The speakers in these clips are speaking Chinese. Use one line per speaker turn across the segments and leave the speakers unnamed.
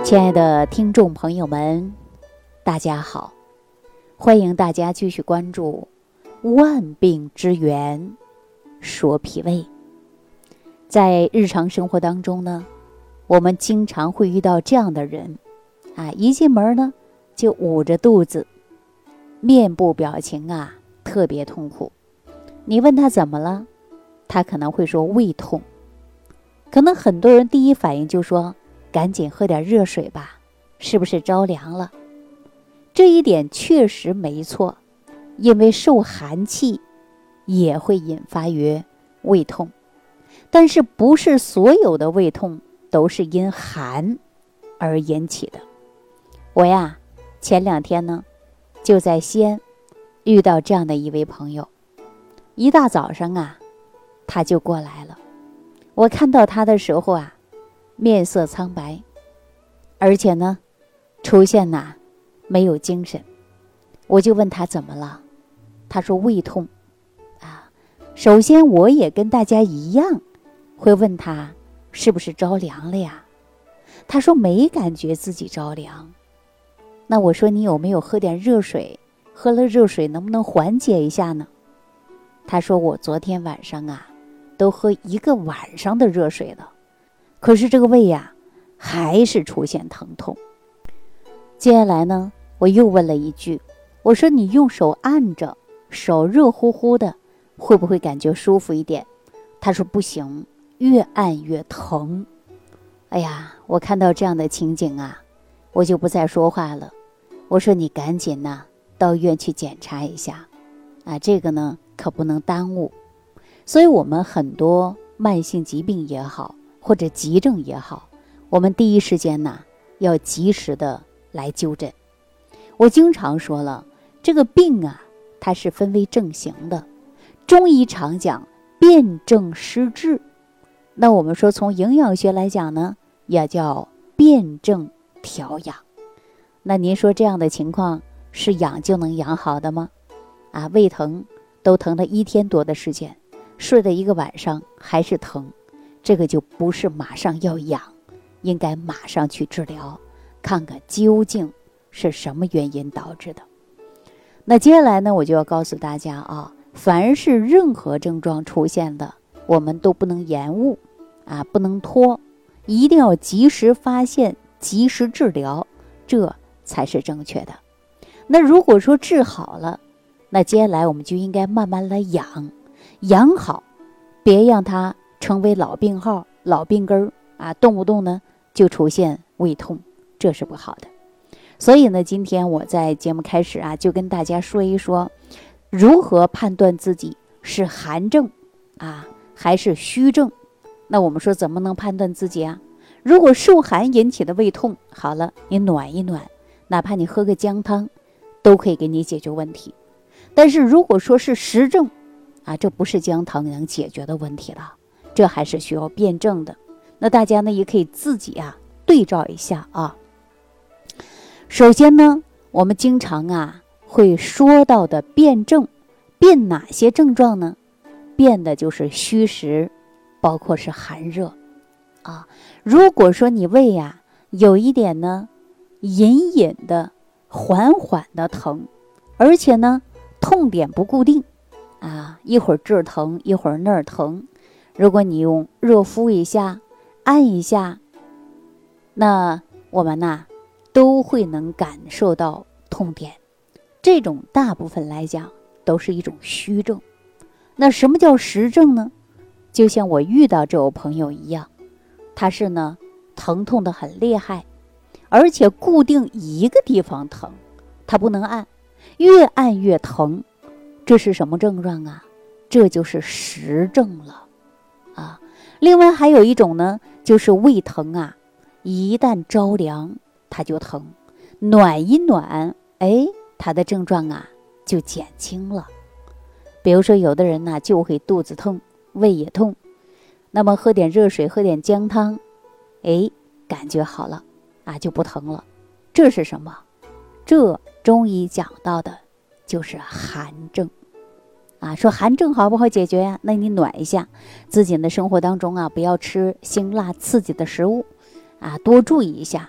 亲爱的听众朋友们，大家好，欢迎大家继续关注万病之源说脾胃。在日常生活当中呢，我们经常会遇到这样的人一进门呢就捂着肚子，面部表情特别痛苦。你问他怎么了，他可能会说胃痛。可能很多人第一反应就说赶紧喝点热水吧，是不是着凉了？这一点确实没错，因为受寒气也会引发于胃痛，但是不是所有的胃痛都是因寒而引起的。我前2天呢就在西安遇到这样的一位朋友，一大早上他就过来了。我看到他的时候面色苍白，而且呢出现没有精神。我就问他怎么了，他说胃痛首先我也跟大家一样会问他是不是着凉了呀，他说没感觉自己着凉。那我说你有没有喝点热水，喝了热水能不能缓解一下呢？他说我昨天晚上都喝1个晚上的热水了，可是这个胃还是出现疼痛。接下来呢我又问了一句，我说你用手按着，手热乎乎的，会不会感觉舒服一点？他说不行，越按越疼。我看到这样的情景我就不再说话了。我说你赶紧到医院去检查一下这个呢可不能耽误。所以我们很多慢性疾病也好，或者急症也好，我们第一时间要及时的来纠正。我经常说了，这个病它是分为症型的。中医常讲辨证施治，那我们说从营养学来讲呢，也叫辨证调养。那您说这样的情况是养就能养好的吗？胃疼都疼了1天多的时间，睡了1个晚上还是疼，这个就不是马上要养，应该马上去治疗，看看究竟是什么原因导致的。那接下来呢我就要告诉大家凡是任何症状出现的，我们都不能延误不能拖，一定要及时发现，及时治疗，这才是正确的。那如果说治好了，那接下来我们就应该慢慢来养好，别让它成为老病号、老病根动不动呢就出现胃痛，这是不好的。所以呢今天我在节目开始就跟大家说一说如何判断自己是寒症还是虚症。那我们说怎么能判断自己如果受寒引起的胃痛，好了，你暖一暖，哪怕你喝个姜汤都可以给你解决问题。但是如果说是实症这不是姜汤能解决的问题了，这还是需要辩证的。那大家呢也可以自己对照一下首先呢我们经常会说到的辩证，辩哪些症状呢？辩的就是虚实，包括是寒热如果说你胃有一点呢隐隐的缓缓的疼，而且呢痛点不固定一会儿这儿疼一会儿那儿疼，如果你用热敷一下，按一下，那我们都会能感受到痛点。这种大部分来讲都是一种虚症。那什么叫实症呢？就像我遇到这位朋友一样，他是呢疼痛的很厉害，而且固定一个地方疼，他不能按，越按越疼，这是什么症状这就是实症了另外还有一种呢，就是胃疼一旦着凉它就疼，暖一暖它的症状就减轻了。比如说有的人就会肚子痛，胃也痛，那么喝点热水，喝点姜汤感觉好了就不疼了。这是什么？这中医讲到的就是寒症说寒症好不好解决呀？那你暖一下自己的生活当中不要吃辛辣刺激的食物多注意一下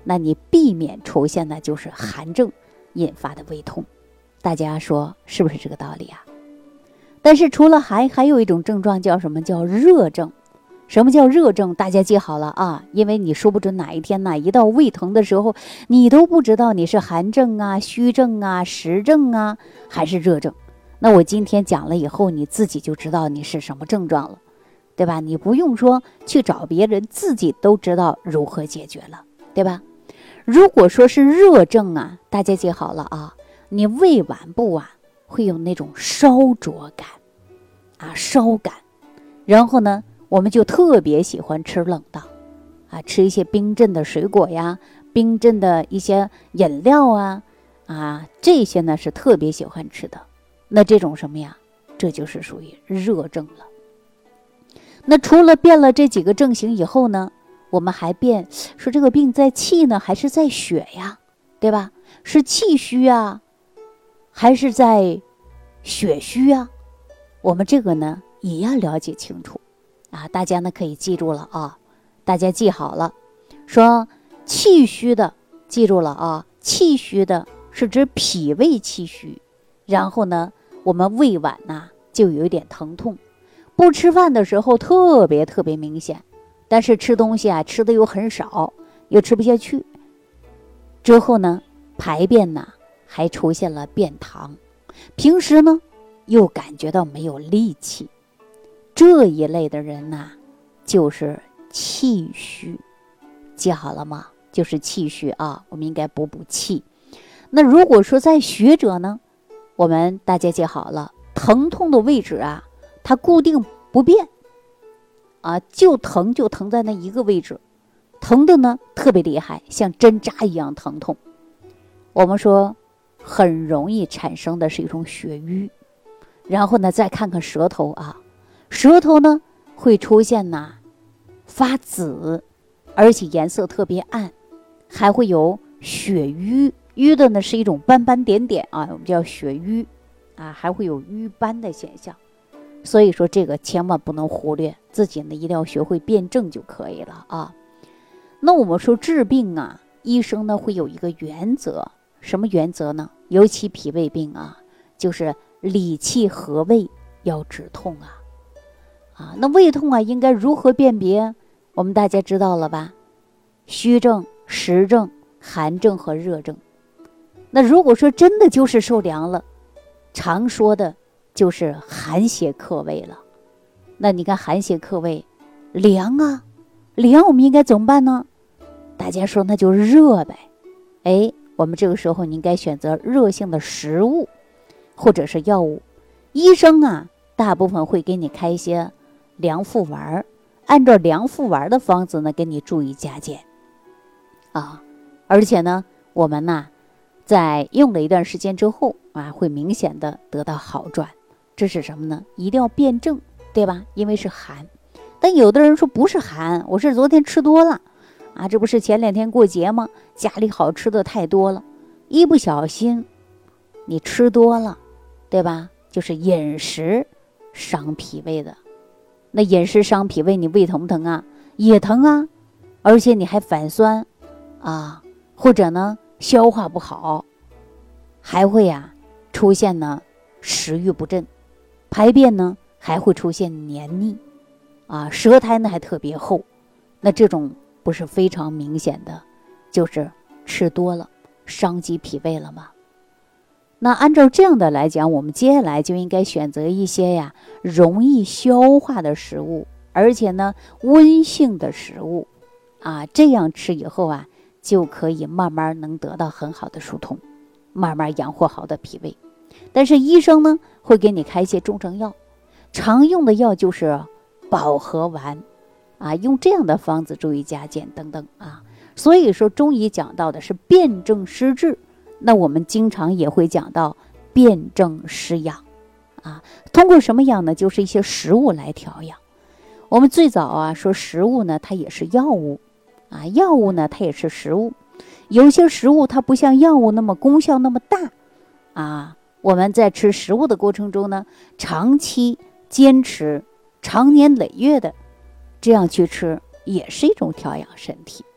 那你避免出现的就是寒症引发的胃痛。大家说是不是这个道理啊？但是除了寒，还有一种症状叫什么？叫热症。什么叫热症？大家记好了啊，因为你说不准哪一天一到胃疼的时候，你都不知道你是寒症啊、虚症啊、实症啊，还是热症。那我今天讲了以后，你自己就知道你是什么症状了，对吧？你不用说去找别人，自己都知道如何解决了，对吧？如果说是热症啊，大家记好了啊，你胃脘部会有那种烧灼感烧感，然后呢我们就特别喜欢吃冷的吃一些冰镇的水果呀，冰镇的一些饮料这些呢是特别喜欢吃的。那这种什么呀？这就是属于热症了。那除了变了这几个症型以后呢，我们还变说这个病在气呢还是在血呀，对吧？是气虚还是在血虚我们这个呢也要了解清楚大家呢可以记住了大家记好了，说气虚的，记住了气虚的是指脾胃气虚，然后呢我们胃脘就有一点疼痛，不吃饭的时候特别明显，但是吃东西吃的又很少，又吃不下去，之后呢排便还出现了便溏，平时呢又感觉到没有力气，这一类的人就是气虚。记好了吗？就是气虚我们应该补气。那如果说在血者呢，我们大家记好了，疼痛的位置它固定不变就疼在那一个位置，疼的呢特别厉害，像针扎一样疼痛。我们说很容易产生的是一种血瘀。然后呢再看看舌头舌头呢会出现发紫，而且颜色特别暗，还会有血瘀，瘀的呢是一种斑斑点点我们叫血瘀还会有瘀斑的现象。所以说这个千万不能忽略，自己呢一定要学会辨证就可以了那我们说治病医生呢会有一个原则，什么原则呢？尤其脾胃病就是理气和胃，要止痛那胃痛应该如何辨别？我们大家知道了吧？虚症、实症、寒症和热症。那如果说真的就是受凉了，常说的就是寒邪克胃了。那你看寒邪克胃，凉凉我们应该怎么办呢？大家说那就热呗。我们这个时候你应该选择热性的食物或者是药物。医生大部分会给你开一些凉附丸，按照凉附丸的方子呢给你注意加减而且呢我们在用了一段时间之后会明显的得到好转。这是什么呢？一定要辨证，对吧？因为是寒。但有的人说不是寒，我是昨天吃多了这不是前2天过节吗？家里好吃的太多了，一不小心你吃多了，对吧？就是饮食伤脾胃的。那饮食伤脾胃，你胃疼不疼也疼而且你还反酸或者呢消化不好，还会出现呢食欲不振，排便呢还会出现黏腻舌苔呢还特别厚。那这种不是非常明显的，就是吃多了伤及脾胃了吗？那按照这样的来讲，我们接下来就应该选择一些容易消化的食物，而且呢温性的食物这样吃以后就可以慢慢能得到很好的疏通，慢慢养活好的脾胃。但是医生呢会给你开一些中成药，常用的药就是保和丸用这样的方子注意加减等等所以说中医讲到的是辨证施治，那我们经常也会讲到辨证施养通过什么养呢？就是一些食物来调养。我们最早说食物呢它也是药物药物呢它也是食物。有些食物它不像药物那么功效那么大我们在吃食物的过程中呢，长期坚持长年累月的这样去吃，也是一种调养身体。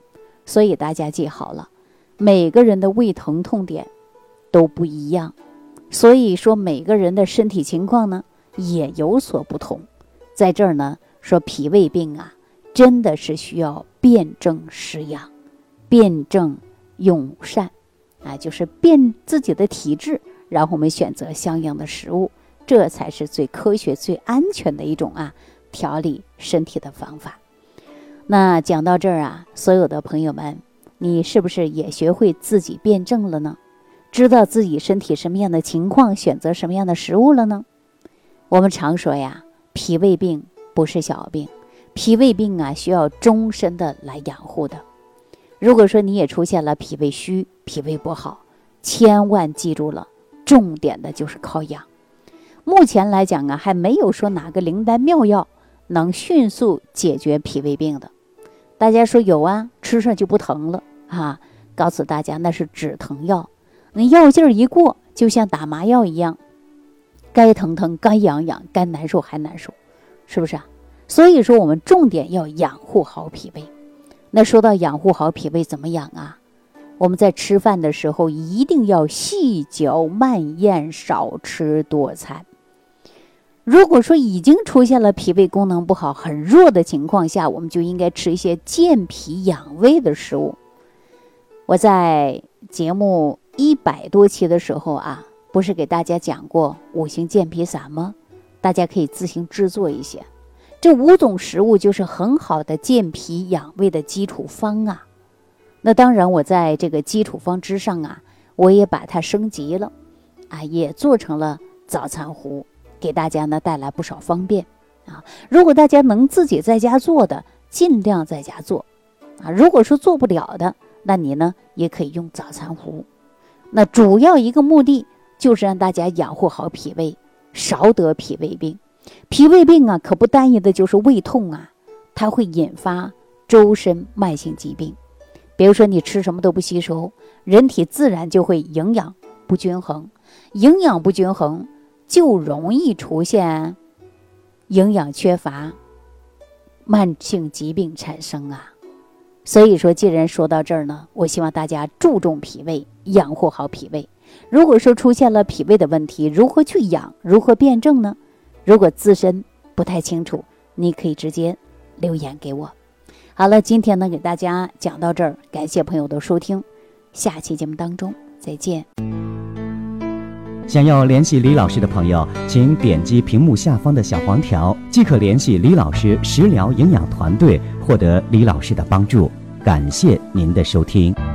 所以大家记好了，每个人的胃疼痛点都不一样，所以说每个人的身体情况呢也有所不同。在这儿呢说脾胃病啊，真的是需要辨证施养，辨证用膳啊，就是辨自己的体质，然后我们选择相应的食物，这才是最科学最安全的一种调理身体的方法。那讲到这儿所有的朋友们，你是不是也学会自己辨证了呢？知道自己身体什么样的情况，选择什么样的食物了呢？我们常说脾胃病不是小病，脾胃病需要终身的来养护的。如果说你也出现了脾胃虚、脾胃不好，千万记住了，重点的就是靠养。目前来讲还没有说哪个灵丹妙药能迅速解决脾胃病的。大家说有吃上就不疼了告诉大家那是止疼药，那药劲儿一过，就像打麻药一样，该疼疼，该痒痒，该难受还难受，是不是所以说我们重点要养护好脾胃。那说到养护好脾胃怎么养我们在吃饭的时候一定要细嚼慢咽，少吃多餐。如果说已经出现了脾胃功能不好很弱的情况下，我们就应该吃一些健脾养胃的食物。我在节目100多期的时候不是给大家讲过5行健脾散吗？大家可以自行制作一些，这5种食物就是很好的健脾养胃的基础方那当然我在这个基础方之上我也把它升级了也做成了早餐糊，给大家呢带来不少方便如果大家能自己在家做的，尽量在家做如果说做不了的，那你呢也可以用早餐糊。那主要一个目的就是让大家养护好脾胃，少得脾胃病。脾胃病可不单一的就是胃痛它会引发周身慢性疾病。比如说你吃什么都不吸收，人体自然就会营养不均衡，营养不均衡就容易出现营养缺乏，慢性疾病产生所以说既然说到这儿呢，我希望大家注重脾胃，养护好脾胃。如果说出现了脾胃的问题，如何去养，如何辨证呢？如果自身不太清楚，你可以直接留言给我。好了，今天呢给大家讲到这儿，感谢朋友的收听，下期节目当中再见。
想要联系李老师的朋友，请点击屏幕下方的小黄条，即可联系李老师食疗营养团队，获得李老师的帮助。感谢您的收听。